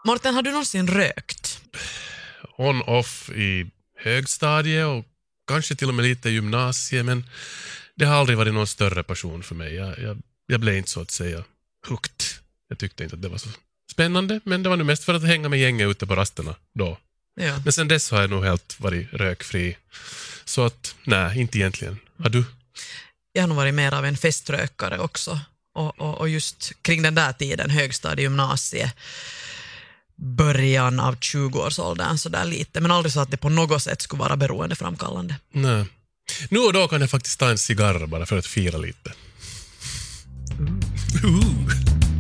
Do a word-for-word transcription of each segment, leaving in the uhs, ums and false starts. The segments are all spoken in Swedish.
Morten, har du någonsin rökt? On-off i högstadie och kanske till och med lite gymnasie, men det har aldrig varit någon större passion för mig. Jag, jag, jag blev inte så att säga hooked. Jag tyckte inte att det var så spännande, men det var nu mest för att hänga med gänget ute på rasterna då. Ja. Men sen dess har jag nog helt varit rökfri. Så att, nej, inte egentligen. Har du? Jag har nog varit mer av en feströkare också. Och, och, och just kring den där tiden, högstadie, gymnasie, början av tjugoårsåldern så där lite. Men aldrig så att det på något sätt skulle vara beroendeframkallande. Nej. Nu och då kan jag faktiskt ta en cigarr bara för att fira lite. Uh. Uh.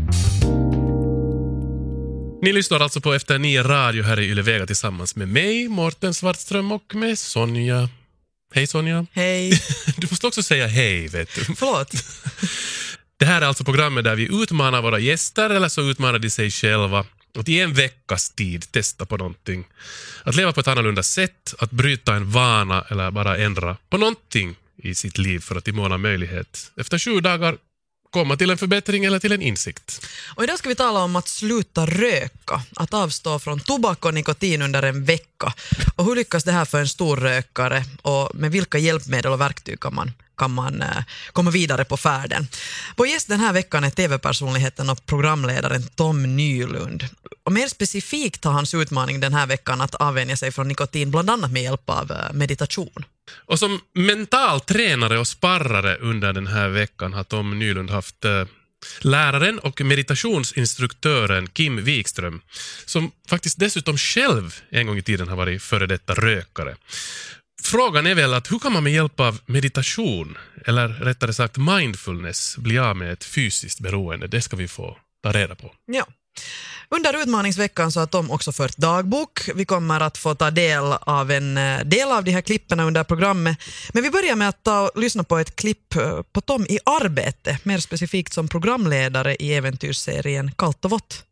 Ni lyssnar alltså på Efter nio radio här i Ylevega tillsammans med mig, Morten Svartström, och med Sonja. Hej Sonja. Hej. Du måste också säga hej, vet du. Förlåt. Det här är alltså programmet där vi utmanar våra gäster, eller så utmanar de sig själva att i en veckas tid testa på någonting. Att leva på ett annorlunda sätt, att bryta en vana eller bara ändra på någonting i sitt liv för att i mån av möjlighet efter sju dagar komma till en förbättring eller till en insikt. Och idag ska vi tala om att sluta röka, att avstå från tobak och nikotin under en vecka. Och hur lyckas det här för en stor rökare och med vilka hjälpmedel och verktyg kan man, kan man uh, komma vidare på färden. Vår gäst den här veckan är tv-personligheten och programledaren Tom Nylund. Och mer specifikt har hans utmaning den här veckan att avvänja sig från nikotin bland annat med hjälp av uh, meditation. Och som mental tränare och sparrare under den här veckan har Tom Nylund haft eh, läraren och meditationsinstruktören Kim Wikström, som faktiskt dessutom själv en gång i tiden har varit före detta rökare. Frågan är väl att hur kan man med hjälp av meditation, eller rättare sagt mindfulness, bli av med ett fysiskt beroende? Det ska vi få ta reda på. Ja. Under utmaningsveckan så har Tom också fört dagbok. Vi kommer att få ta del av en del av de här klipperna under programmet. Men vi börjar med att ta och lyssna på ett klipp på Tom i arbete, mer specifikt som programledare i äventyrsserien Kallt och vått.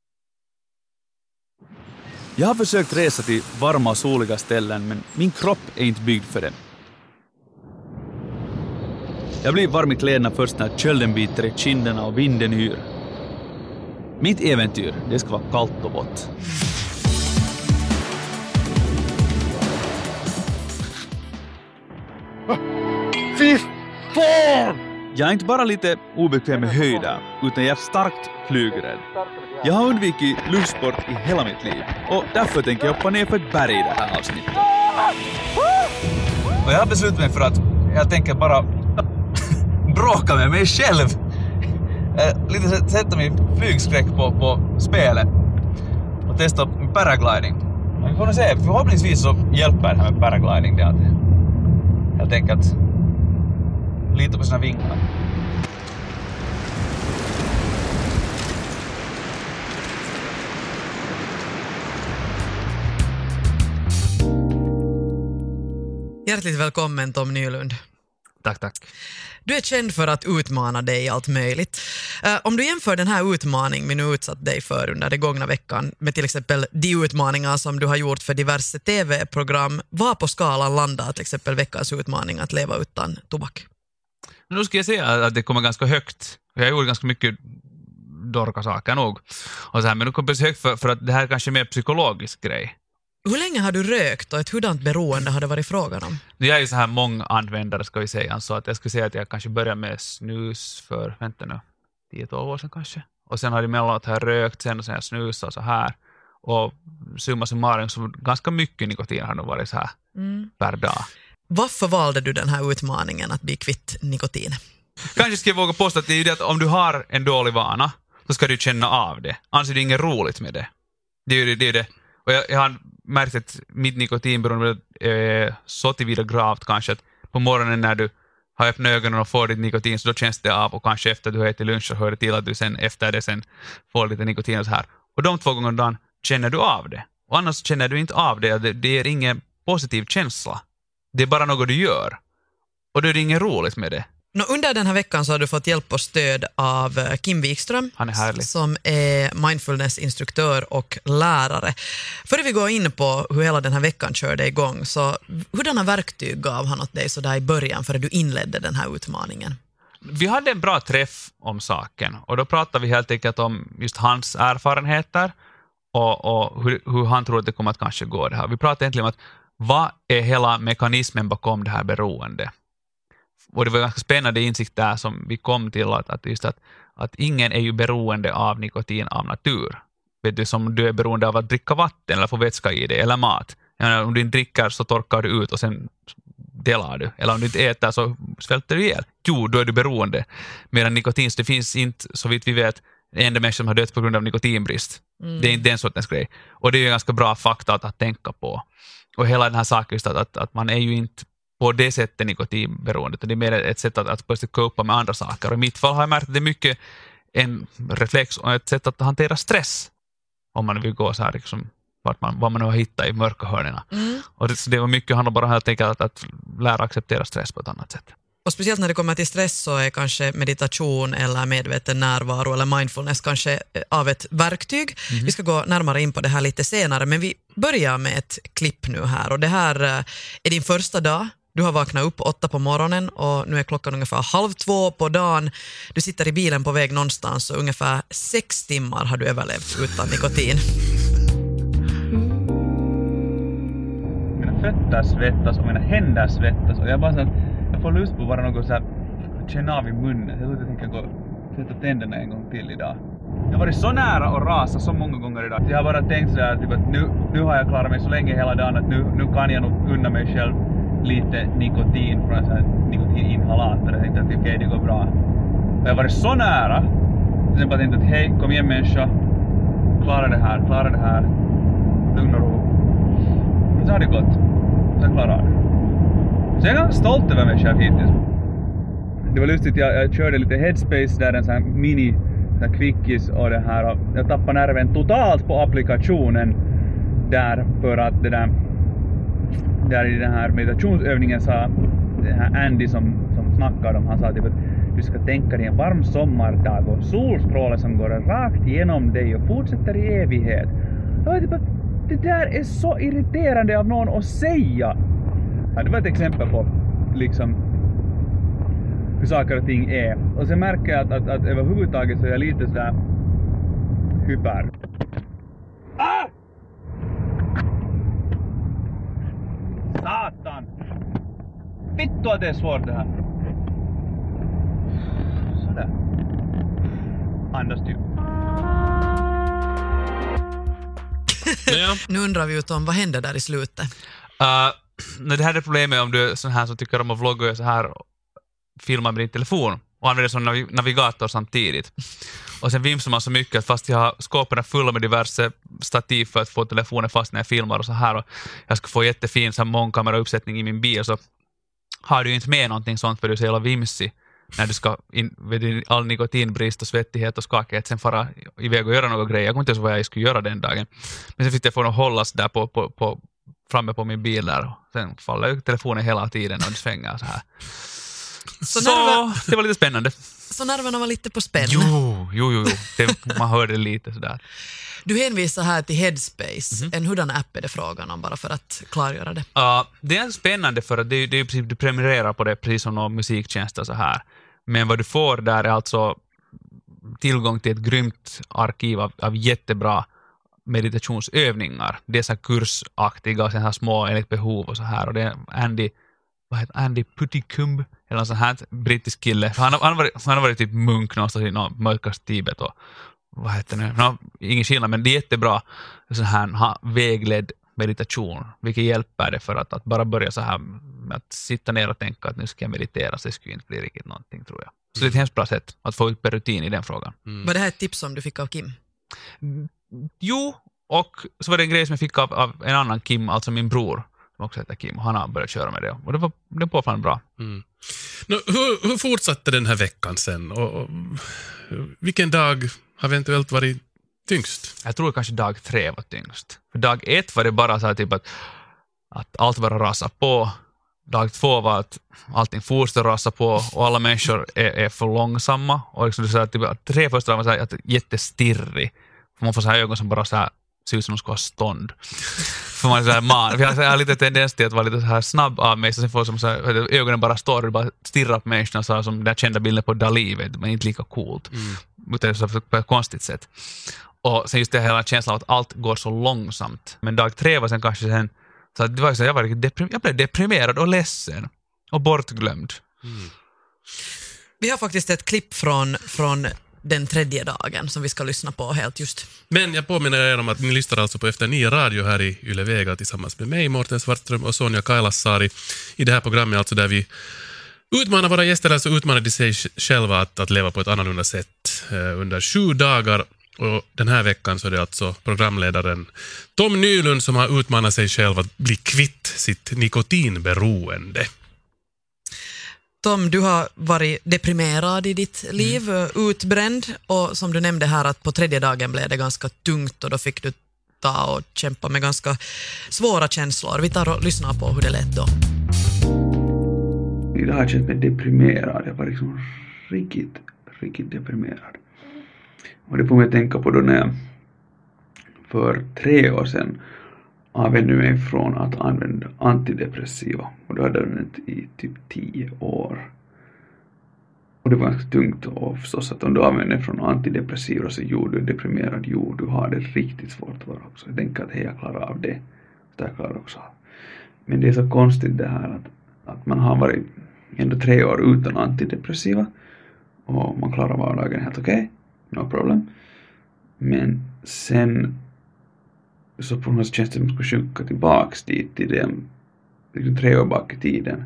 Jag har försökt resa till varma och soliga ställen, men min kropp är inte byggd för det. Jag blir varm i kläderna först när kölden biter i kinderna och vinden yr. Mitt äventyr, det ska vara kallt och vått. Fy fan! Jag är inte bara lite obekväm med höjder, utan jag är starkt flygrädd. Jag har undvikit luftsport i hela mitt liv, och därför tänker jag hoppa ner för ett berg i det här avsnittet. Och jag har beslutat mig för att jag tänker bara bråka med mig själv. Äh, lite sätta min flygskräck på, på spelet och testa paragliding. Men vi får nog se, förhoppningsvis så hjälper det här med paragliding det att jag tänker att lita på sina vingar. Hjärtligt välkommen Tom Nylund. Tack, tack. Du är känd för att utmana dig i allt möjligt. Uh, om du jämför den här utmaningen vi nu utsatt dig för under den gångna veckan med till exempel de utmaningar som du har gjort för diverse tv-program, var på skalan landar till exempel veckans utmaning att leva utan tobak? Nu ska jag säga att det kommer ganska högt. Jag gjorde ganska mycket dorka saker nog. Och så här, men nu kommer det högt för, för att det här är kanske mer psykologisk grej. Hur länge har du rökt och ett hurdant beroende har det varit frågan om? Jag är ju så här många användare ska vi säga. Så att jag skulle säga att jag kanske började med snus för, vänta nu, tio tolv år sedan kanske. Och sen har jag emellanåt här rökt sen och sen har jag snusat så här. Och summa summarum så ganska mycket nikotin har nog varit så här mm. per dag. Varför valde du den här utmaningen att bli kvitt nikotin? Kanske ska jag våga påstå att det är ju det att om du har en dålig vana så ska du känna av det. Annars är det inget roligt med det. Det är ju det. Är det. Och jag, jag har märkt att mitt nikotinberoende är så tillvida gravt kanske att på morgonen när du har öppnat ögonen och får ditt nikotin så då känns det av och kanske efter du har ätit lunch så hör det till att du sen efter det sen får lite nikotin och så här. Och de två gånger om dagen känner du av det. Och annars känner du inte av det. Det, det är ingen positiv känsla. Det är bara något du gör. Och då är det inget roligt med det. Nå, under den här veckan så har du fått hjälp och stöd av Kim Wikström. Han är härlig. Som är mindfulnessinstruktör och lärare. Före vi går in på hur hela den här veckan körde igång, så hurdana verktyg gav han åt dig så där i början före du inledde den här utmaningen? Vi hade en bra träff om saken och då pratade vi helt enkelt om just hans erfarenheter och, och hur, hur han tror att det kommer att kanske gå det här. Vi pratar egentligen om att vad är hela mekanismen bakom det här beroende? Och det var en ganska spännande insikt där som vi kom till att, att just att, att ingen är ju beroende av nikotin av natur. Vet du, som du är beroende av att dricka vatten eller få vätska i det eller mat. Menar, om du inte dricker så torkar du ut och sen delar du. Eller om du inte äter så svälter du ihjäl. Jo, då är du beroende. Medan nikotin, det finns inte, så vitt vi vet, en enda människa som har dött på grund av nikotinbrist. Mm. Det är inte den sortens grej. Och det är ju ganska bra fakta att, att tänka på. Och hela den här saken just att, att, att man är ju inte på det sättet nikotinberoende. Det är mer ett sätt att, att plötsligt copa med andra saker. Och i mitt fall har jag märkt att det är mycket en reflex och ett sätt att hantera stress. Om man vill gå så här liksom, vart man, vad man nu har hittat i mörka hörnerna. Mm. Och det, så det var mycket handlar bara helt enkelt att, att lära acceptera stress på ett annat sätt. Och speciellt när det kommer till stress så är kanske meditation eller medveten närvaro eller mindfulness kanske av ett verktyg. Mm-hmm. Vi ska gå närmare in på det här lite senare, men vi börjar med ett klipp nu här. Och det här är din första dag. Du har vaknat upp åtta på morgonen och nu är klockan ungefär halv två på dagen. Du sitter i bilen på väg någonstans och ungefär sex timmar har du överlevt utan nikotin. Mina fötter svettas och mina händer svettas och jag bara så att jag får lust på bara något så här känna av i munnen. Jag tror att jag tänker gå sätta tänderna en gång till idag. Jag har varit så nära att rasa så många gånger idag. Jag har bara tänkt så där typ att nu, nu har jag klarat mig så länge hela dagen att nu, nu kan jag nog unna mig själv lite nikotin från en sån här nikotininhalator. Jag tänkte att okej, okay, det går bra. Och jag har varit så nära. Sen bara tänkte att hej, kom igen människa. Klara det här, klara det här. Lugn och ro. Och så har det gått. Sen klarar det. Så jag är ganska stolt över mig själv hittills. Det var lustigt, jag, jag körde lite headspace där, en sån här mini sån här quickies och det här. Och jag tappade nerven totalt på applikationen där för att det där, där i den här meditationsövningen sa den här Andy som, som snackade om, han sa typ att du ska tänka dig en varm sommardag och solstrålar som går rakt igenom dig och fortsätter i evighet. Jag var typ att det där är så irriterande av någon att säga. Ja, det var ett exempel på liksom hur saker och ting är. Och sen märker jag att, att, att överhuvudtaget så är jag lite sådär hyper. Ah! Satan! Vittu att det är svårt det här. Sådär. Andas du. Ja. Nu undrar vi ut om vad händer där i slutet. Uh, det här är problemet om du är sån här som tycker om att vlogga och så här filma med din telefon och använder som nav- navigator samtidigt. Och sen vimsar man så mycket att fast jag har skåpen fulla med diverse stativ för att få telefonen fast när jag filmar och så här och jag ska få jättefin så här mångkamerauppsättning i min bil så har du inte med någonting sånt för du är så jävla vimsig när du ska in, vid all nikotinbrist och svettighet och skakighet sen fara iväg och göra några grejer. Jag kommer inte ens vad jag skulle göra den dagen. Men sen fick jag få att hållas där på, på, på, framme på min bil där och sen faller ju telefonen hela tiden och det svänger så här. Så, så nerver... det var lite spännande. Så nerverna var lite på spänn. Jo, jo, jo. jo. Det, man hörde lite sådär. Du hänvisar här till Headspace. Mm-hmm. En hurdan app är det frågan om bara för att klargöra det? Uh, det är spännande för att det, det är precis, du prenumererar på det precis som någon musiktjänst och så här. Men vad du får där är alltså tillgång till ett grymt arkiv av, av jättebra meditationsövningar. Det är så här kursaktiga, så här små enligt behov och så här. Och det är Andy, vad heter Andy Puticumb eller en sån här brittisk kille. Han har, han har, varit, han har varit typ munk någonstans i någon mörkast Tibet och vad heter det? No, ingen skillnad, men det är jättebra sån här vägledd meditation, vilket hjälper det för att, att bara börja så här med att sitta ner och tänka att nu ska jag meditera så det skulle inte bli riktigt någonting tror jag. Så det är ett hemskt bra sätt att få ut per rutin i den frågan. Mm. Var det här ett tips som du fick av Kim? Jo, och så var det en grej som jag fick av, av en annan Kim, alltså min bror som också heter Kim, och han har börjat köra med det och det var det påfallande bra. Mm. Nu, hur, hur fortsatte den här veckan sen? Och, och, vilken dag har eventuellt varit tyngst? Jag tror kanske dag tre var tyngst. För dag ett var det bara så här typ att, att allt bara rasar på. Dag två var att allting fortsätter rasa på och alla människor är, är för långsamma. Och liksom så här, typ, tre första var så här, att jättestirrig. För man får så här ögon som bara så här, ser ut som de ska ha stånd. För man är så här man. Jag har lite tendens till att vara lite så här snabb av mig. Så sen får som så här, ögonen bara står och bara stirrar på människorna så här, som den kända bilden på Dalí, men inte lika coolt. Mm. Utan så på ett konstigt sätt. Och sen just det hela känslan av att allt går så långsamt. Men dag tre var sen kanske sen, så att det var så jag var deprim- jag blev deprimerad och ledsen och bortglömd. Mm. Vi har faktiskt ett klipp från, från den tredje dagen som vi ska lyssna på helt just. Men jag påminner er om att ni lyssnar alltså på Efter nio radio här i Yle Vega tillsammans med mig, Mårten Svartström och Sonja Kailasari i det här programmet alltså där vi utmanar våra gäster, alltså utmanar de sig själva att, att leva på ett annorlunda sätt eh, under sju dagar. Och den här veckan så är det alltså programledaren Tom Nylund som har utmanat sig själv att bli kvitt sitt nikotinberoende. Tom, du har varit deprimerad i ditt liv, mm. utbränd, och som du nämnde här att på tredje dagen blev det ganska tungt och då fick du ta och kämpa med ganska svåra känslor. Vi tar och lyssnar på hur det lät då. Idag har jag känt mig deprimerad. Jag var liksom riktigt, riktigt deprimerad. Och det får mig att tänka på då när jag för tre år sedan använde mig från att använda antidepressiva. Och då hade jag använt i typ tio år. Och det var ganska tungt, och förstås att om du använder från antidepressiva så jo, du är deprimerad, jo, du har det riktigt svårt att vara också. Jag tänker att hej, jag klarar av det. Så jag klarar också av. Men det är så konstigt det här att, att man har varit ändå tre år utan antidepressiva. Och man klarar vardagen helt okej. Okay. No problem. Men sen så på något sätt känns det som att man ska sjunka tillbaks dit till den liksom tre år bak i tiden.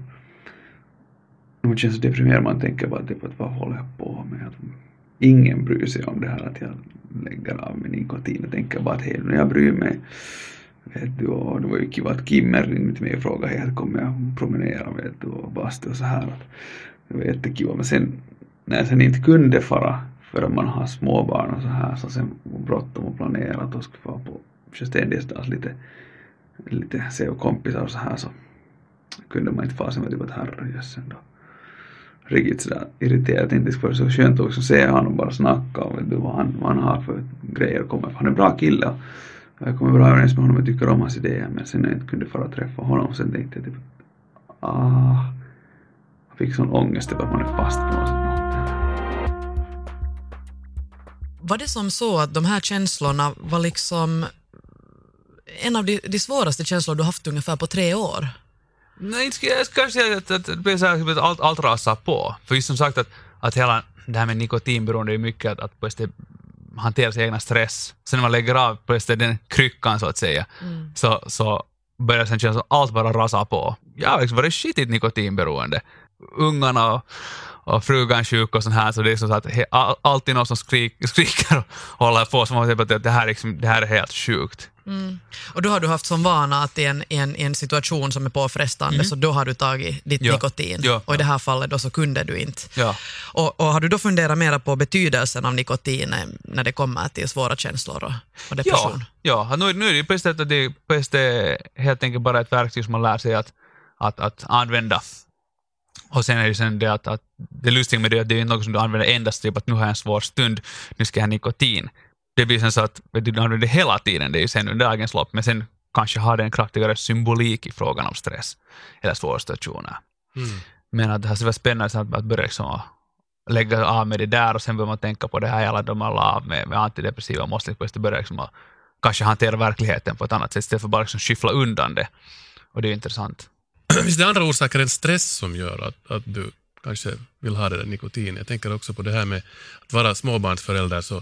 Och man känns så deprimerad, man tänker bara typ att vad håller jag på med? Att ingen bryr sig om det här att jag lägger av min nikotin och tänker bara att hej, när jag bryr mig. Vet du, och det var ju kiva att Kimmer ringde till mig och frågade hej, kommer jag promenera, vet du, och bastu och så här. Det var jättekiva, men sen när jag sen inte kunde fara för att man har småbarn och så här, så sen bråttom och planerat och skulle vara på självständighetsdags lite, lite se och kompisar och så här, så kunde man inte fara sen med typ att herrejössen då. Riktigt sådär irriterat, inte skulle vara så skönt också se han och bara snacka och vet du vad han, vad han har för grejer kommer. Han är en bra kille och jag kommer bra överens med honom och tycker om hans idéer, men sen när jag inte kunde fara och träffa honom sen tänkte jag typ ah, jag fick sån ångest över att man är fast på något sätt. Var det som så att de här känslorna var liksom en av de, de svåraste känslor du haft ungefär på tre år? Nej, inte ska jag kanske säga att, att, att, att allt, allt rasar på. För just som sagt att, att hela det här med nikotinberoende är mycket att, att på det hantera sin egna stress. Sen när man lägger av på det den kryckan så att säga, mm. så, så börjar sen känna att allt bara rasar på. Jag har liksom varit skitigt nikotinberoende. Ungarna och och frugan sjuk och sån här, så det är så att he, all, alltid någon som skrik, skriker och håller på, som man säger att det här, liksom, det här är helt sjukt. Mm. Och då har du haft som vana att i en, en, en situation som är påfrestande, mm. så då har du tagit ditt ja. nikotin. Ja. Och i det här fallet då så kunde du inte. Ja. Och, och har du då funderat mera på betydelsen av nikotin när det kommer till svåra känslor och, och depression? Ja, ja. Nu, nu är det på det att det, på det helt enkelt bara ett verktyg som man lär sig att, att, att använda. Och sen är det sen det att, att det lustiga med det att det är något som du använder endast typ att nu har jag en svår stund, nu ska jag ha nikotin. Det blir sen så att du använder det hela tiden, det är ju sen under dagens lopp, men sen kanske har det en kraftigare symbolik i frågan om stress eller svåra situationer. Mm. Men att det har varit spännande att, att börja liksom lägga av med det där och sen börjar man tänka på det här alla de alla av med, med antidepressiva och måste liksom börja liksom att kanske hantera verkligheten på ett annat sätt istället för bara liksom skyffla undan det. Och det är intressant. Finns det andra orsaker än stress som gör att, att du kanske vill ha det där nikotin? Jag tänker också på det här med att vara småbarnsförälder, så,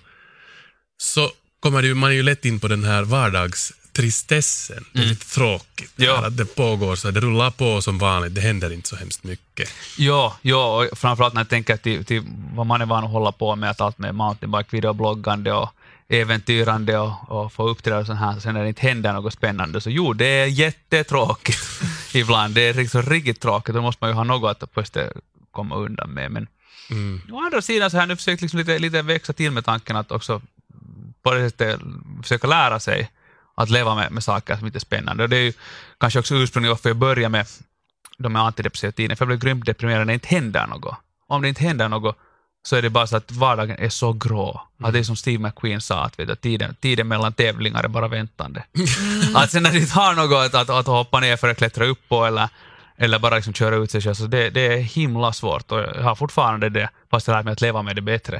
så kommer det ju, man är ju lätt in på den här vardagstristessen. Det är mm. lite tråkigt. Ja. Att det pågår så, det rullar på som vanligt, det händer inte så hemskt mycket. Ja, ja, och framförallt när jag tänker till, till vad man är van att hålla på med, att allt med mountainbike, videobloggande och äventyrande och, och få upp till det och sånt här, så sen när det inte händer något spännande, så jo, det är jättetråkigt ibland, det är liksom riktigt tråkigt, då måste man ju ha något att först komma undan med, men mm. å andra sidan så här nu försökt liksom lite, lite växa till med tanken att också på det sättet försöka lära sig att leva med, med saker som inte är spännande, och det är ju kanske också ursprungligen varför jag började med de här antidepressiva tiderna, för jag blev grymt deprimerad när det inte händer något. Om det inte händer något så är det bara så att vardagen är så grå. Mm. Att det är som Steve McQueen sa, att, vet du, tiden, tiden mellan tävlingar är bara väntande. Mm. Att sen när du har något att, att, att hoppa ner för att klättra upp på eller, eller bara liksom köra ut sig själv, så det, det är himla svårt. Och jag har fortfarande det, fast jag har lärt mig att leva med det bättre,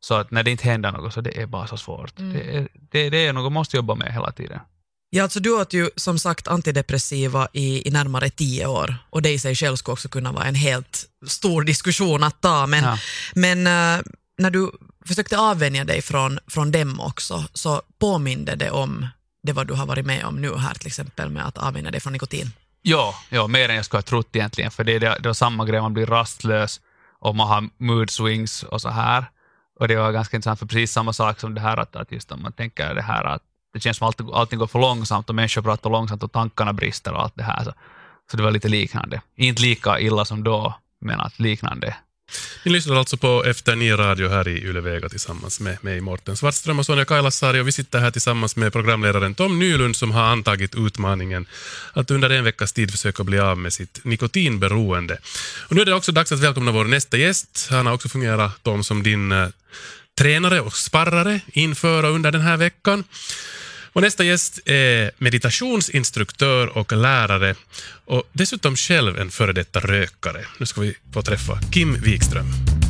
Så att när det inte händer något så det är bara så svårt. Mm. Det, är, det, det är något man måste jobba med hela tiden. Ja, alltså du åt ju som sagt antidepressiva i, i närmare tio år och det i sig själv skulle också kunna vara en helt stor diskussion att ta. Men, ja. men uh, när du försökte avvänja dig från, från dem också så påminde det om det vad du har varit med om nu här till exempel med att avvänja dig från nikotin. Ja, ja mer än jag skulle ha trott egentligen, för det är, det, det är samma grej, man blir rastlös och man har mood swings och så här. Och det var ganska intressant för precis samma sak som det här att, att just om man tänker det här att det känns som att allting, allting går för långsamt och människor pratar långsamt och tankarna brister och allt det här. Så, så det var lite liknande. Inte lika illa som då, men att liknande. Ni lyssnar alltså på Efter Nio Radio här i Yle Vega tillsammans med mig, Morten Svartström och Sonja Kailasari, och vi sitter här tillsammans med programledaren Tom Nylund som har antagit utmaningen att under en veckas tid försöka bli av med sitt nikotinberoende. Och nu är det också dags att välkomna vår nästa gäst. Han har också fungerat, Tom, som din eh, tränare och sparrare inför och under den här veckan. Och nästa gäst är meditationsinstruktör och lärare och dessutom själv en före detta rökare. Nu ska vi få träffa Kim Wikström.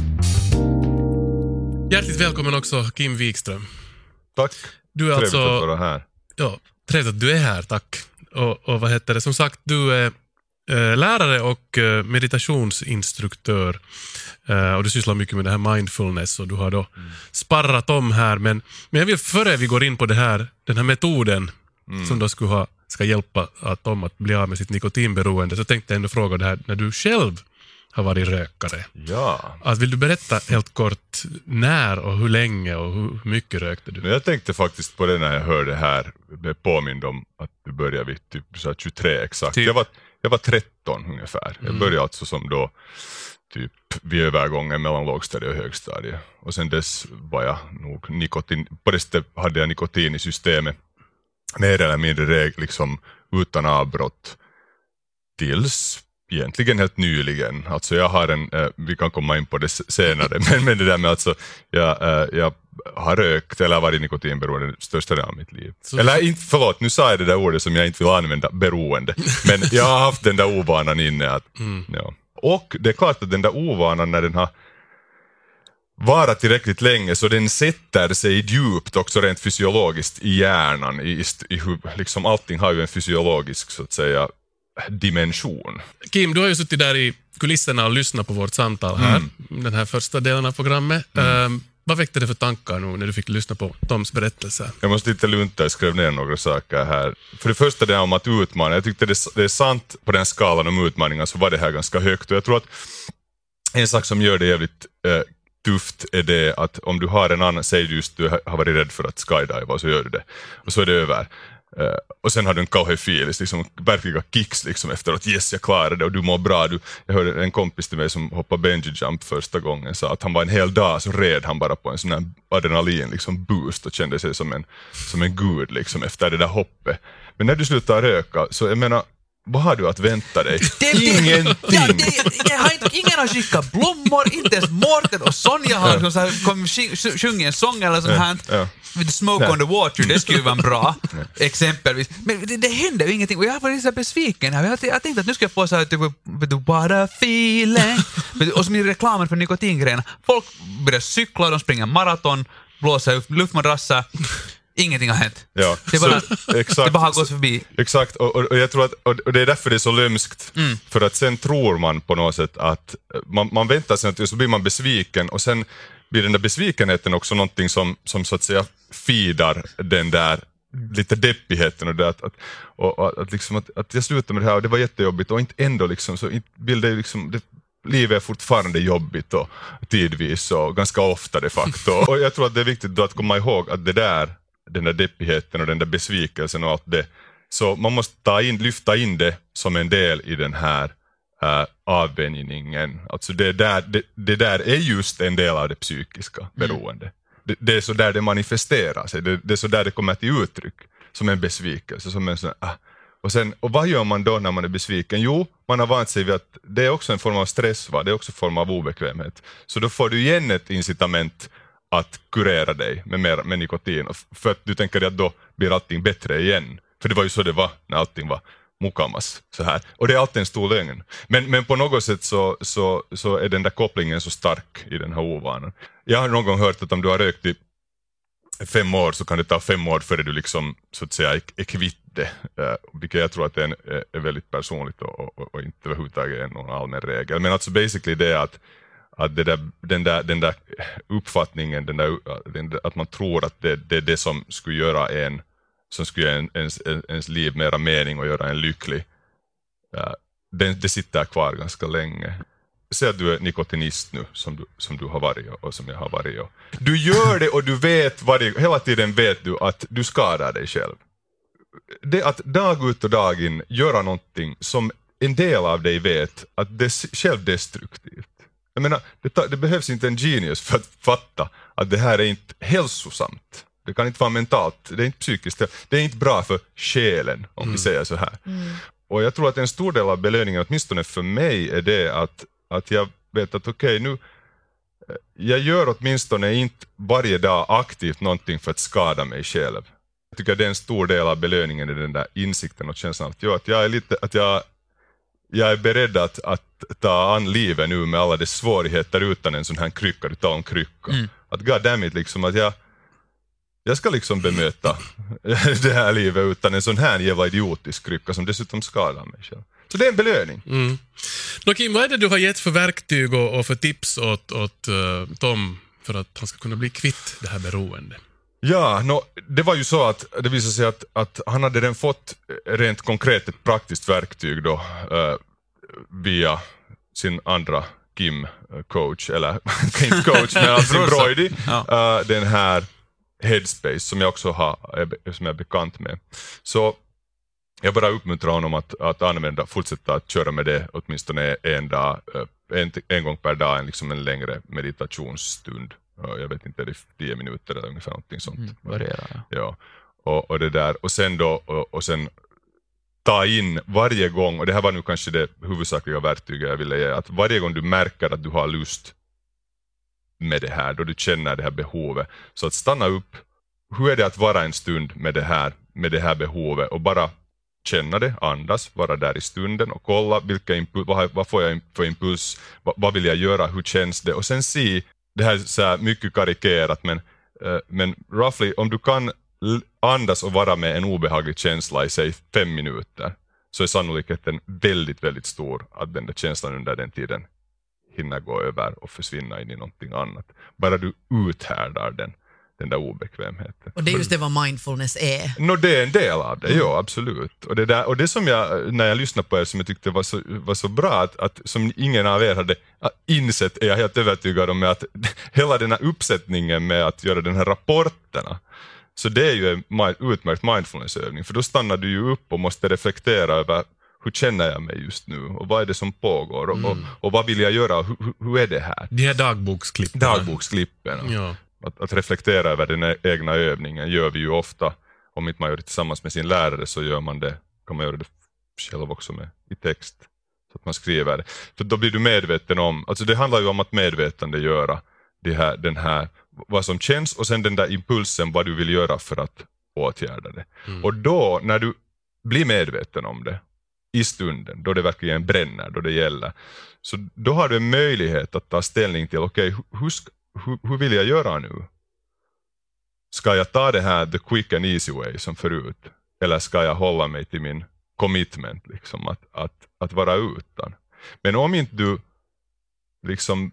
Hjärtligt välkommen också, Kim Wikström. Tack. Du är trevligt alltså, att vara här. Ja, trevligt att du är här, tack. Och, och vad heter det? Som sagt, du är eh, lärare och eh, meditationsinstruktör. Uh, och du sysslar mycket med det här mindfulness och du har då mm. sparrat om här, men, men jag vill före vi går in på det här, den här metoden mm. som då skulle ha, ska hjälpa att Tom att bli av med sitt nikotinberoende, så tänkte jag ändå fråga det här, när du själv har varit rökare. Ja. Att vill du berätta helt kort när och hur länge och hur mycket rökte du? Jag tänkte faktiskt på det när jag hörde det här, blev påmind om att du började vid typ tjugotre exakt. Typ. Jag, var, jag var tretton ungefär. Jag började mm. alltså som då typ vid övergången mellan lågstadie och högstadie. Och sen dess var jag nog nikotin, på det sättet hade jag nikotin i systemet mer eller mindre reg, liksom utan avbrott tills egentligen helt nyligen. Alltså jag har en, eh, vi kan komma in på det senare, men, men det där med alltså, jag, eh, jag har rökt eller varit nikotinberoende största delen av mitt liv. Så. Eller inte, förlåt, nu sa jag det där ordet som jag inte vill använda, beroende. Men jag har haft den där ovanan inne att, mm. ja. Och det är klart att den där ovanan, när den har varit tillräckligt länge så den sätter sig djupt också rent fysiologiskt i hjärnan. I, i, i, liksom allting har ju en fysiologisk så att säga dimension. Kim, du har ju suttit där i kulisserna och lyssnat på vårt samtal här, mm. den här första delen av programmet. Mm. Um, vad väckte det för tankar nu när du fick lyssna på Toms berättelse? Jag måste lite lunta, jag skrev ner några saker här. För det första det om att utmana. Jag tyckte det, det är sant på den skalan om utmaningar så var det här ganska högt. Och jag tror att en sak som gör det jävligt eh, tufft är det att om du har en annan, säg just du har varit rädd för att skydive och så gör du det. Och så är det över. Uh, och sen har du en kauhefilis, liksom verkliga kicks liksom efter att yes, jag klarade det och du mår bra. Du, jag hörde en kompis till mig som hoppade bungee jump första gången, sa att han var en hel dag så red han bara på en sån här adrenalin liksom boost och kände sig som en, som en gud liksom efter det där hoppet. Men när du slutar röka, så jag menar, vad har du att vänta dig? Det, Ingenting! Ja, det, jag har inte, ingen har skickat blommor, inte ens Mårten och Sonja har ja. så här, kom, sjungit en sång eller sånt här. Ja. With the smoke ja. on the water, det skulle vara bra ja. exempelvis. Men det, det händer ju ingenting och jag var lite så besviken. Jag, jag tänkte att nu ska jag få så här typ, what a feeling. Och som i reklamen för nikotingrejerna. Folk börjar cykla, de springer maraton, blåser upp luftmadrasser. Ingenting har hänt. Ja, det, bara, så, exakt, det bara har gått förbi. Exakt, och, och, och jag tror att och det är därför det är så lömskt. Mm. För att sen tror man på något sätt att man, man väntar sig att så blir man besviken och sen blir den där besvikenheten också någonting som, som så att säga feedar den där lite deppigheten och det att, att, och, och, att, liksom att, att jag slutade med det här och det var jättejobbigt och inte ändå liksom så vill det liksom det, livet är fortfarande jobbigt och tidvis och ganska ofta de facto. Och jag tror att det är viktigt då att komma ihåg att det där, den där deppigheten och den där besvikelsen och allt det, så man måste ta in, lyfta in det som en del i den här uh, avvänjningen. Alltså det där, det, det där är just en del av det psykiska beroende. Mm. Det, det är så där det manifesterar sig, det, det är så där det kommer till uttryck som en besvikelse, som en sån, ah. Och, sen, och vad gör man då när man är besviken? Jo, man har vant sig vid att det är också en form av stress, va? Det är också en form av obekvämhet. Så då får du igen ett incitament att kurera dig med, mer, med nikotin. För att du tänker att då blir allting bättre igen. För det var ju så det var när allting var mukamas så här. Och det är alltid en stor lögn. Men, men på något sätt så, så, så är den där kopplingen så stark i den här ovanan. Jag har någon gång hört att om du har rökt i fem år så kan det ta fem år före du liksom så att säga är, är kvitt det. Uh, vilket jag tror att det är, en, är väldigt personligt och, och, och inte överhuvudtaget är någon allmän regel. Men alltså basically det är att, att det där, den, där, den där uppfattningen, den där, den där, att man tror att det, det är det som skulle göra en som skulle ge en, ens, ens liv mera mening och göra en lycklig. Uh, det, det sitter kvar ganska länge. Säg att du är nikotinist nu, som du, som du har varit och, och som jag har varit. Och. Du gör det och du vet, varje, hela tiden vet du att du skadar dig själv. Det att dag ut och dag in göra någonting som en del av dig vet att det är självdestruktivt. Jag menar, det, det behövs inte en genius för att fatta att det här är inte hälsosamt. Det kan inte vara mentalt, det är inte psykiskt, det är inte bra för själen om mm. vi säger så här. Mm. Och jag tror att en stor del av belöningen, åtminstone för mig, är det att, att jag vet att okej, okay, nu jag gör åtminstone inte varje dag aktivt någonting för att skada mig själv. Jag tycker att det är en stor del av belöningen i den där insikten och känslan att, ja, att jag är lite, att jag, jag är beredd att, att ta an livet nu med alla dess svårigheter utan en sån här krycka, du tar en krycka. Mm. Att goddammit liksom att jag Jag ska liksom bemöta det här livet utan en sån här jävla idiotisk krycka som dessutom skadar mig själv. Så det är en belöning. Mm. Nå Kim, vad är det du har gett för verktyg och, och för tips åt, åt uh, Tom för att han ska kunna bli kvitt det här beroende? Ja, no, det var ju så att det visade sig att, att han hade redan fått rent konkret ett praktiskt verktyg då uh, via sin andra Kim-coach, eller Kim-coach, men alltså sin Broidy, ja. uh, den här Headspace som jag också har, som jag är bekant med. Så jag bara uppmuntrar honom att, att använda, fortsätta att köra med det åtminstone en dag, en, en gång per dag, en, liksom en längre meditationsstund. Jag vet inte, det är tio minuter eller ungefär någonting sånt. Mm, vad det är, ja. Ja. Och, och det där, och sen då, och, och sen ta in varje gång, och det här var nu kanske det huvudsakliga verktyget jag ville ge, att varje gång du märker att du har lust med det här, då du känner det här behovet, så att stanna upp, hur är det att vara en stund med det här, med det här behovet, och bara känna det, andas, vara där i stunden och kolla vilka impuls, vad, vad får jag för impuls, vad, vad vill jag göra, hur känns det, och sen se, det här är så här mycket karikerat, men, uh, men roughly, om du kan andas och vara med en obehaglig känsla i sig fem minuter, så är sannolikheten väldigt, väldigt stor att den där känslan under den tiden hinna gå över och försvinna in i någonting annat. Bara du uthärdar den, den där obekvämheten. Och det är just det vad mindfulness är. No, det är en del av det, mm. ja, absolut. Och det, där, och det som jag, när jag lyssnade på er, som jag tyckte var så, var så bra, att, att som ingen av er hade insett, är jag helt övertygad om, att hela den här uppsättningen med att göra den här rapporterna, så det är ju en utmärkt mindfulnessövning, för då stannar du ju upp och måste reflektera över hur känner jag mig just nu och vad är det som pågår och, mm. och, och vad vill jag göra och hur, hur är det här? De här dagboksklippen. Dagboksklippen. Ja. Att, att reflektera över den egna övningen gör vi ju ofta. Om inte man gör det tillsammans med sin lärare, så gör man det, kan man göra det själv också med i text. Så att man skriver det. För då blir du medveten om, alltså det handlar ju om att medvetande göra det här, den här, vad som känns, och sen den där impulsen, vad du vill göra för att åtgärda det. Mm. Och då, när du blir medveten om det i stunden, då det verkligen bränner, då det gäller, så då har du en möjlighet att ta ställning till, okej, okay, hur, hur, hur vill jag göra nu? Ska jag ta det här the quick and easy way som förut, eller ska jag hålla mig till min commitment, liksom, att, att, att vara utan? Men om inte du liksom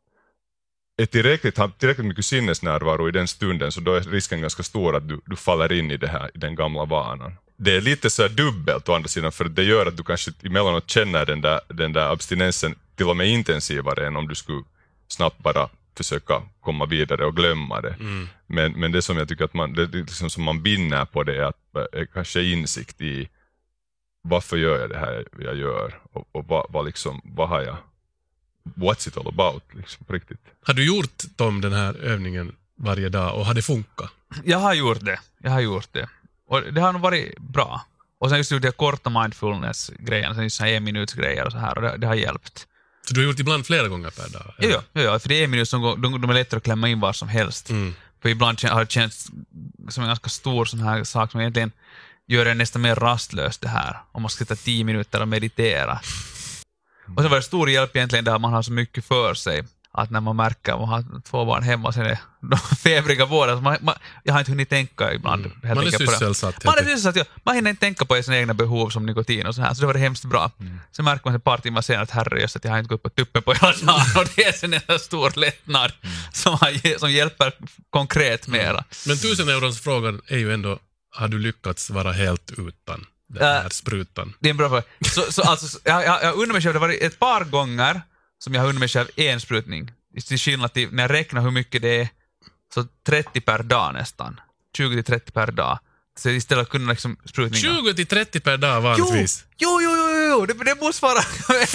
är tillräckligt, har tillräckligt mycket sinnesnärvaro i den stunden, så då är risken ganska stor att du, du faller in i det här, i den gamla vanan. Det är lite så här dubbelt å andra sidan, för det gör att du kanske emellanåt känner den där, den där abstinensen till och med intensivare än om du skulle snabbt bara försöka komma vidare och glömma det. Mm. Men, men det som jag tycker att man, det liksom som man vinner på det är, att, är kanske insikt i varför gör jag det här jag gör, och, och vad, vad, liksom, vad har jag, what's it all about liksom, på riktigt. Har du gjort Tom den här övningen varje dag och har det funkat? Jag har gjort det, jag har gjort det. Och det har nog varit bra. Och sen just det korta mindfulness-grejen, sen just så här en minuts grejer och så här, och det, det har hjälpt. Så du har gjort ibland flera gånger per dag? Ja, ja, ja, för det är en minut som går, de, de är lättare att klämma in var som helst. Mm. För ibland har det känts som en ganska stor sån här sak som egentligen gör det nästan mer rastlöst det här. Om man ska sitta tio minuter och meditera. Och så var det stor hjälp egentligen där man har så mycket för sig. Att när man märker att man har två barn hemma och sen är de febriga båda. Man, man, jag har inte hunnit tänka ibland. Mm. Man är sysselsatt. Man är sysselsatt, ja. Man hinner inte tänka på sina egna behov som nikotin och så här. Så det var det hemskt bra. Mm. Sen märker man ett par timmar senare att herre, just att jag har inte gått på tuppen på hela dagen. Och det är sen en stor lättnad mm. som, har, som hjälper konkret mera. Mm. Men tusen eurons frågan är ju ändå, har du lyckats vara helt utan den här uh, sprutan? Det är en bra fråga. Så, så alltså, jag, jag, jag undrar mig själv, det var ett par gånger som jag har undrat mig själv en sprutning. Till skillnad till när jag räknar hur mycket det är, så trettio per dag nästan. tjugo till trettio per dag. Så istället kunde liksom sprutningar. tjugo till trettio per dag vanligtvis. Jo, jo, jo, jo, jo. Det, det måste vara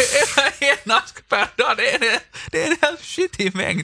en ask per dag. Det är en, det är en helt skitig mängd.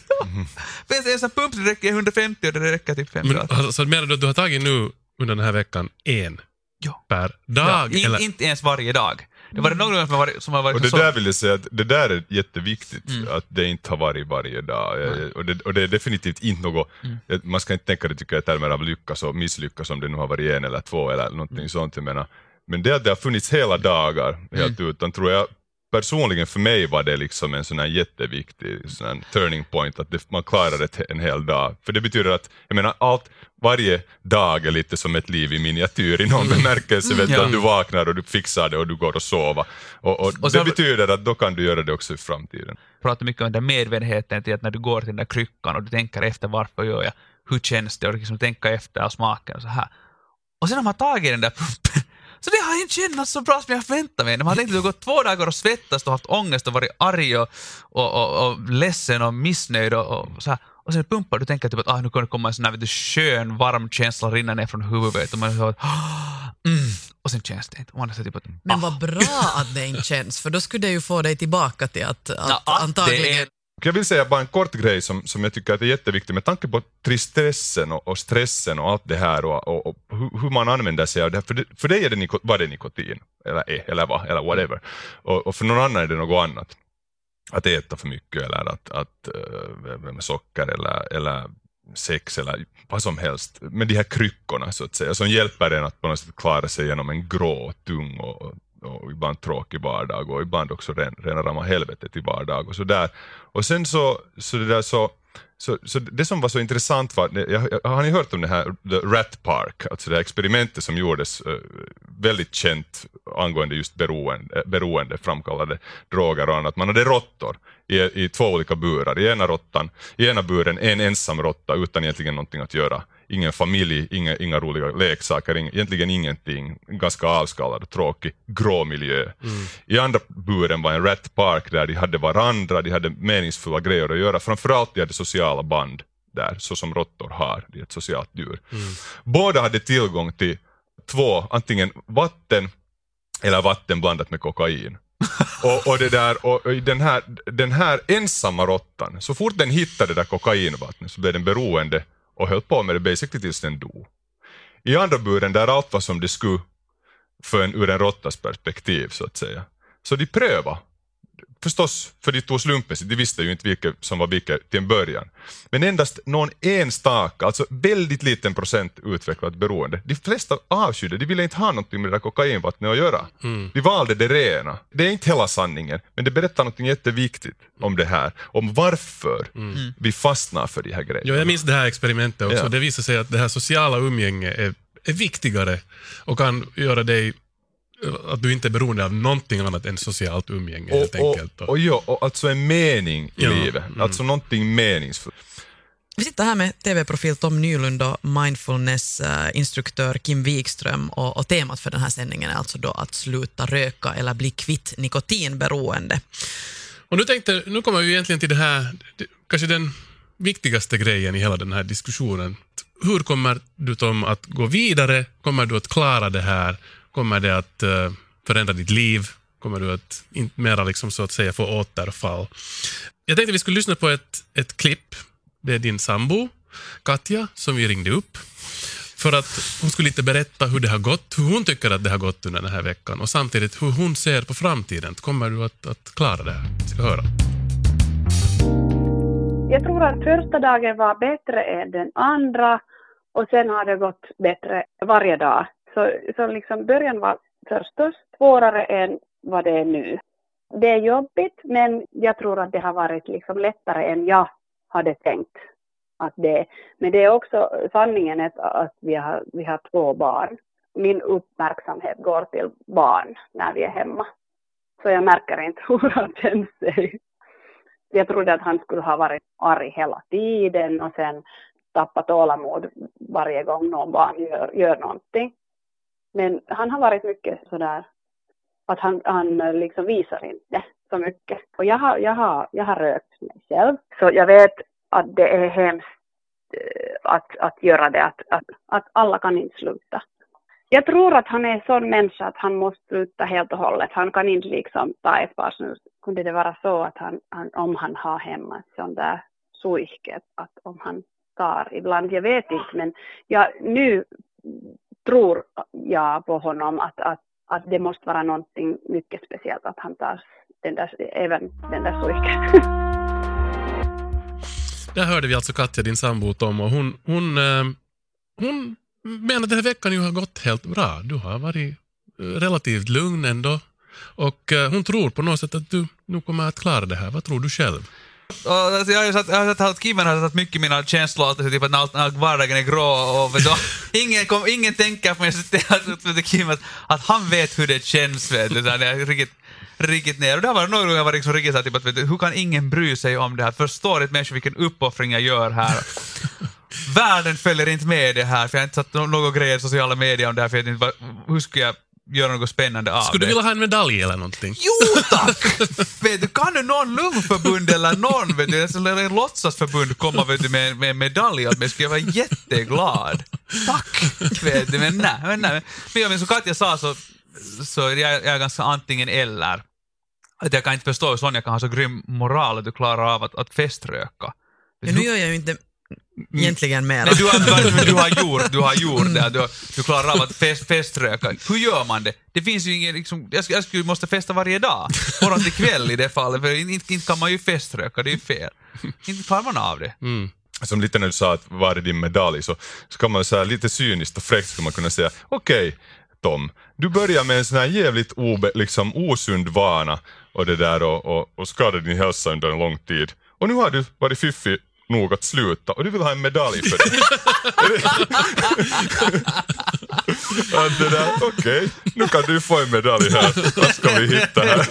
Finns det en sån pump, det räcker hundrafemtio och det räcker typ fem dagar. Men alltså, menar du att du har tagit nu under den här veckan en ja. per dag? Ja, in, eller? Inte ens varje dag. Det var det någon gång som har varit, som har varit och det så... där vill jag säga att det där är jätteviktigt mm. att det inte har varit varje dag mm. och, det, och det är definitivt inte något mm. man ska inte tänka det tycker jag i termer av lyckas och misslyckas om det nu har varit en eller två eller någonting mm. sånt jag menar. Men det att det har funnits hela dagar helt mm. utan tror jag personligen för mig var det liksom en sån här jätteviktig sån här turning point att det, man klarar det en hel dag. För det betyder att, jag menar, allt, varje dag är lite som ett liv i miniatyr i någon bemärkelse. Vet ja. Att du vaknar och du fixar det och du går och sover. Och, och, och det betyder att då kan du göra det också i framtiden. Jag pratar mycket om den medvetenheten till att när du går till den där kryckan och du tänker efter varför gör jag, hur känns det och liksom tänka efter och smaken och så här. Och sen har man tagit den där pumpen. Så det har inte känts så bra som jag förväntade mig. Man har tänkt att du gått två dagar och svettats och haft ångest och varit arg och, och, och, och ledsen och missnöjd och, och så här. Och sen pumpar du tänker typ att ah, nu kan det komma en sån här vet du, skön, varm känsla rinna ner från huvudet och man så att mm, och sen känns det inte. Och man typ att, ah. Men vad bra att det inte känns, för då skulle det ju få dig tillbaka till att, att ja, antagligen... Är... Jag vill säga bara en kort grej som, som jag tycker att är jätteviktig med tanke på tristessen och, och stressen och allt det här och, och, och hur, hur man använder sig av det. För, det, för dig är det, var det nikotin eller är, eller vad, eller whatever. Och, och för någon annan är det något annat. Att äta för mycket eller att, att äh, med socker eller, eller sex eller vad som helst. Men de här kryckorna så att säga som hjälper en att på något sätt klara sig genom en grå, tung och och ibland tråkig vardag och ibland också ren, rena rama helvetet i vardag och så där. Och sen så, så det där så, så, så det som var så intressant var, jag, jag, har ni hört om det här The Rat Park, alltså det här experimentet som gjordes uh, väldigt känt angående just beroende, beroende framkallade droger och annat. Man hade råttor i, i två olika burar. I ena råttan, i ena buren en ensam råtta utan egentligen någonting att göra. Ingen familj, inga, inga roliga leksaker, ing, egentligen ingenting. Ganska avskallad och tråkig, grå miljö. Mm. I andra buren var en Rat Park där de hade varandra, de hade meningsfulla grejer att göra. Framförallt de hade sociala band där, så som råttor har, det är ett socialt djur. Mm. Båda hade tillgång till två, antingen vatten eller vatten blandat med kokain. och, och, det där, och, och den, här, den här ensamma råttan, så fort den hittade det där kokainvattnet så blev den beroende och höll på med det basically tills den dog. I andra buren där allt var som det skulle för en, ur en råttas perspektiv så att säga. Så de prövade. Förstås, för de tog slumpen, de visste ju inte vilket som var vilket till en början. Men endast någon enstaka, alltså väldigt liten procent utvecklat beroende. De flesta avskydde, de ville inte ha någonting med det där kokainvattnet att göra. Mm. De valde det rena. Det är inte hela sanningen, men det berättar något jätteviktigt om det här. Om varför mm. vi fastnar för de här grejerna. Ja, jag minns det här experimentet också. Ja. Det visar sig att det här sociala umgänget är, är viktigare och kan göra dig att du inte är beroende av någonting annat än socialt umgänge och, helt enkelt. Och, och, ja, och alltså en mening i ja, livet. Mm. Alltså någonting meningsfullt. Vi sitter här med tv-profil Tom Nylund och mindfulness-instruktör Kim Wikström och, och temat för den här sändningen är alltså då att sluta röka eller bli kvitt nikotinberoende. Och nu tänkte, nu kommer vi egentligen till det här, det, kanske den viktigaste grejen i hela den här diskussionen. Hur kommer du Tom att gå vidare? Kommer du att klara det här? Kommer det att uh, förändra ditt liv? Kommer du att inte mera liksom så att säga få återfall? Jag tänkte vi skulle lyssna på ett, ett klipp. Det är din sambo, Katja, som vi ringde upp. För att hon skulle lite berätta hur det har gått, hur hon tycker att det har gått under den här veckan. Och samtidigt hur hon ser på framtiden. Kommer du att, att klara det här? Vi ska höra. Jag tror att första dagen var bättre än den andra. Och sen har det gått bättre varje dag Så, så liksom början var förstås svårare än vad det är nu. Det är jobbigt, men jag tror att det har varit liksom lättare än jag hade tänkt. Att det, men det är också sanningen att, att vi, har, vi har två barn. Min uppmärksamhet går till barn när vi är hemma. Så jag märker inte hur han känner sig. Jag trodde att han skulle ha varit arg hela tiden och sen tappat tålamod varje gång någon barn gör, gör någonting. Men han har varit mycket sådär att han, han liksom visar inte så mycket. Och jag har, jag har, jag har rökt mig själv. Så jag vet att det är hemskt att, att göra det. Att, att, att alla kan inte sluta. Jag tror att han är en sån människa att han måste sluta helt och hållet. Han kan inte liksom ta ett par snus. Kunde det vara så att han, han, om han har hemma sån där suihket, att om han tar ibland, jag vet inte, men jag, nu tror jag på honom att, att, att det måste vara någonting mycket speciellt att han tar den där, även den där suihket. Där hörde vi alltså Katja, din sambo Tom, och hon, hon, eh, hon menar att den här veckan ju har gått helt bra. Du har varit relativt lugn ändå. Och eh, hon tror på något sätt att du nu kommer att klara det här. Vad tror du själv? Alltså, jag har ju satt, jag har satt att Kimmen har satt mycket i mina känslor, alltså, typ att när vardagen är grå och vet du, ingen, kom, ingen tänker på mig att, Kim, att, att han vet hur det känns, vet du, så det är riktigt, riktigt ner. Och där var det några gånger jag var liksom riktigt så typ att vet du, hur kan ingen bry sig om det här? Förstår ett människa vilken uppoffring jag gör här. Världen följer inte med det här, för jag har inte satt några grejer i sociala medier om det här, för jag inte, hur ska jag göra något spännande av det? Skulle du vilja ha en medalj eller någonting? Jo tack! Vet du, kan du någon lungförbund eller någon, vet du, en låtsasförbund komma vet du, med, med medalj åt mig, skulle jag vara jätteglad. Tack! Vet du, men nej, men nej. Men som Katja sa så, så jag, jag är ganska antingen eller. Att jag kan inte förstå hur Sonja kan ha så grym moral att du klarar av att, att feströka. Ja, nu gör jag ju inte egentligen mer. Nej, du, har, du har gjort, du har gjort det. Du, du klarar av att fest, feströka. Hur gör man det? Det finns ju ingen, liksom, jag, jag skulle måste festa varje dag. Morgon till kväll i det fallet. För inte, inte kan man ju feströka, det är ju fel. Inte klarar man av det. Mm. Som lite när du sa att var är din medalj, så, så kan man säga lite cyniskt och fräckt ska man kunna säga, okej okay, Tom, du börjar med en sån här jävligt obe, liksom, osund vana och det där och, och, och skadar din hälsa under en lång tid. Och nu har du varit fiffig nog att sluta och du vill ha en medalj för det. Ja, det där, okej, okay. Nu kan du få en medalj här. Vad ska vi hitta här?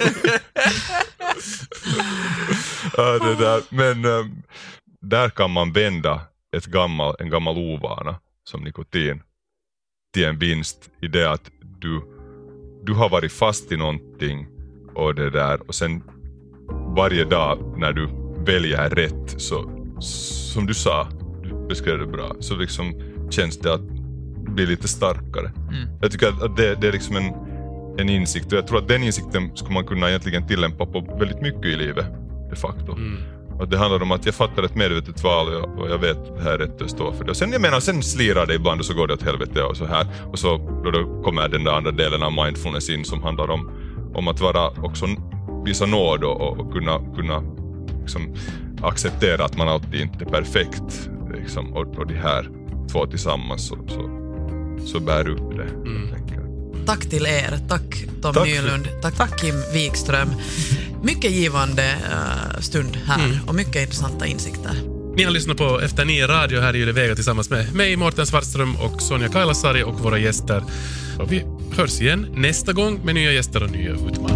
Ja, det där. Men um, där kan man vända ett gammal, en gammal ovana som nikotin till en vinst i det att du, du har varit fast i någonting och det där och sen varje dag när du väljer rätt så som du sa, du beskrev det bra, så liksom känns det att bli lite starkare. Mm. Jag tycker att det, det är liksom en, en insikt, och jag tror att den insikten ska man kunna egentligen tillämpa på väldigt mycket i livet, de facto. Mm. Och det handlar om att jag fattar ett medvetet val och jag, och jag vet att det här är rätt att stå för det. Och sen, jag menar, sen slirar det ibland och så går det åt helvete och så här. Och så då, då kommer den där andra delen av mindfulness in som handlar om, om att vara också visa nåd och, och kunna, kunna liksom acceptera att man alltid inte är perfekt liksom, och, och de här två tillsammans så, så, så bär upp det. Mm. Tack till er, tack Tom tack Nylund, tack, tack Kim Wikström. Mycket givande uh, stund här mm. och mycket intressanta insikter. Ni har lyssnat på Efter nio radio här i Yle Vega tillsammans med mig, Mårten Svartström och Sonja Kailasari och våra gäster. Och vi hörs igen nästa gång med nya gäster och nya utmaningar.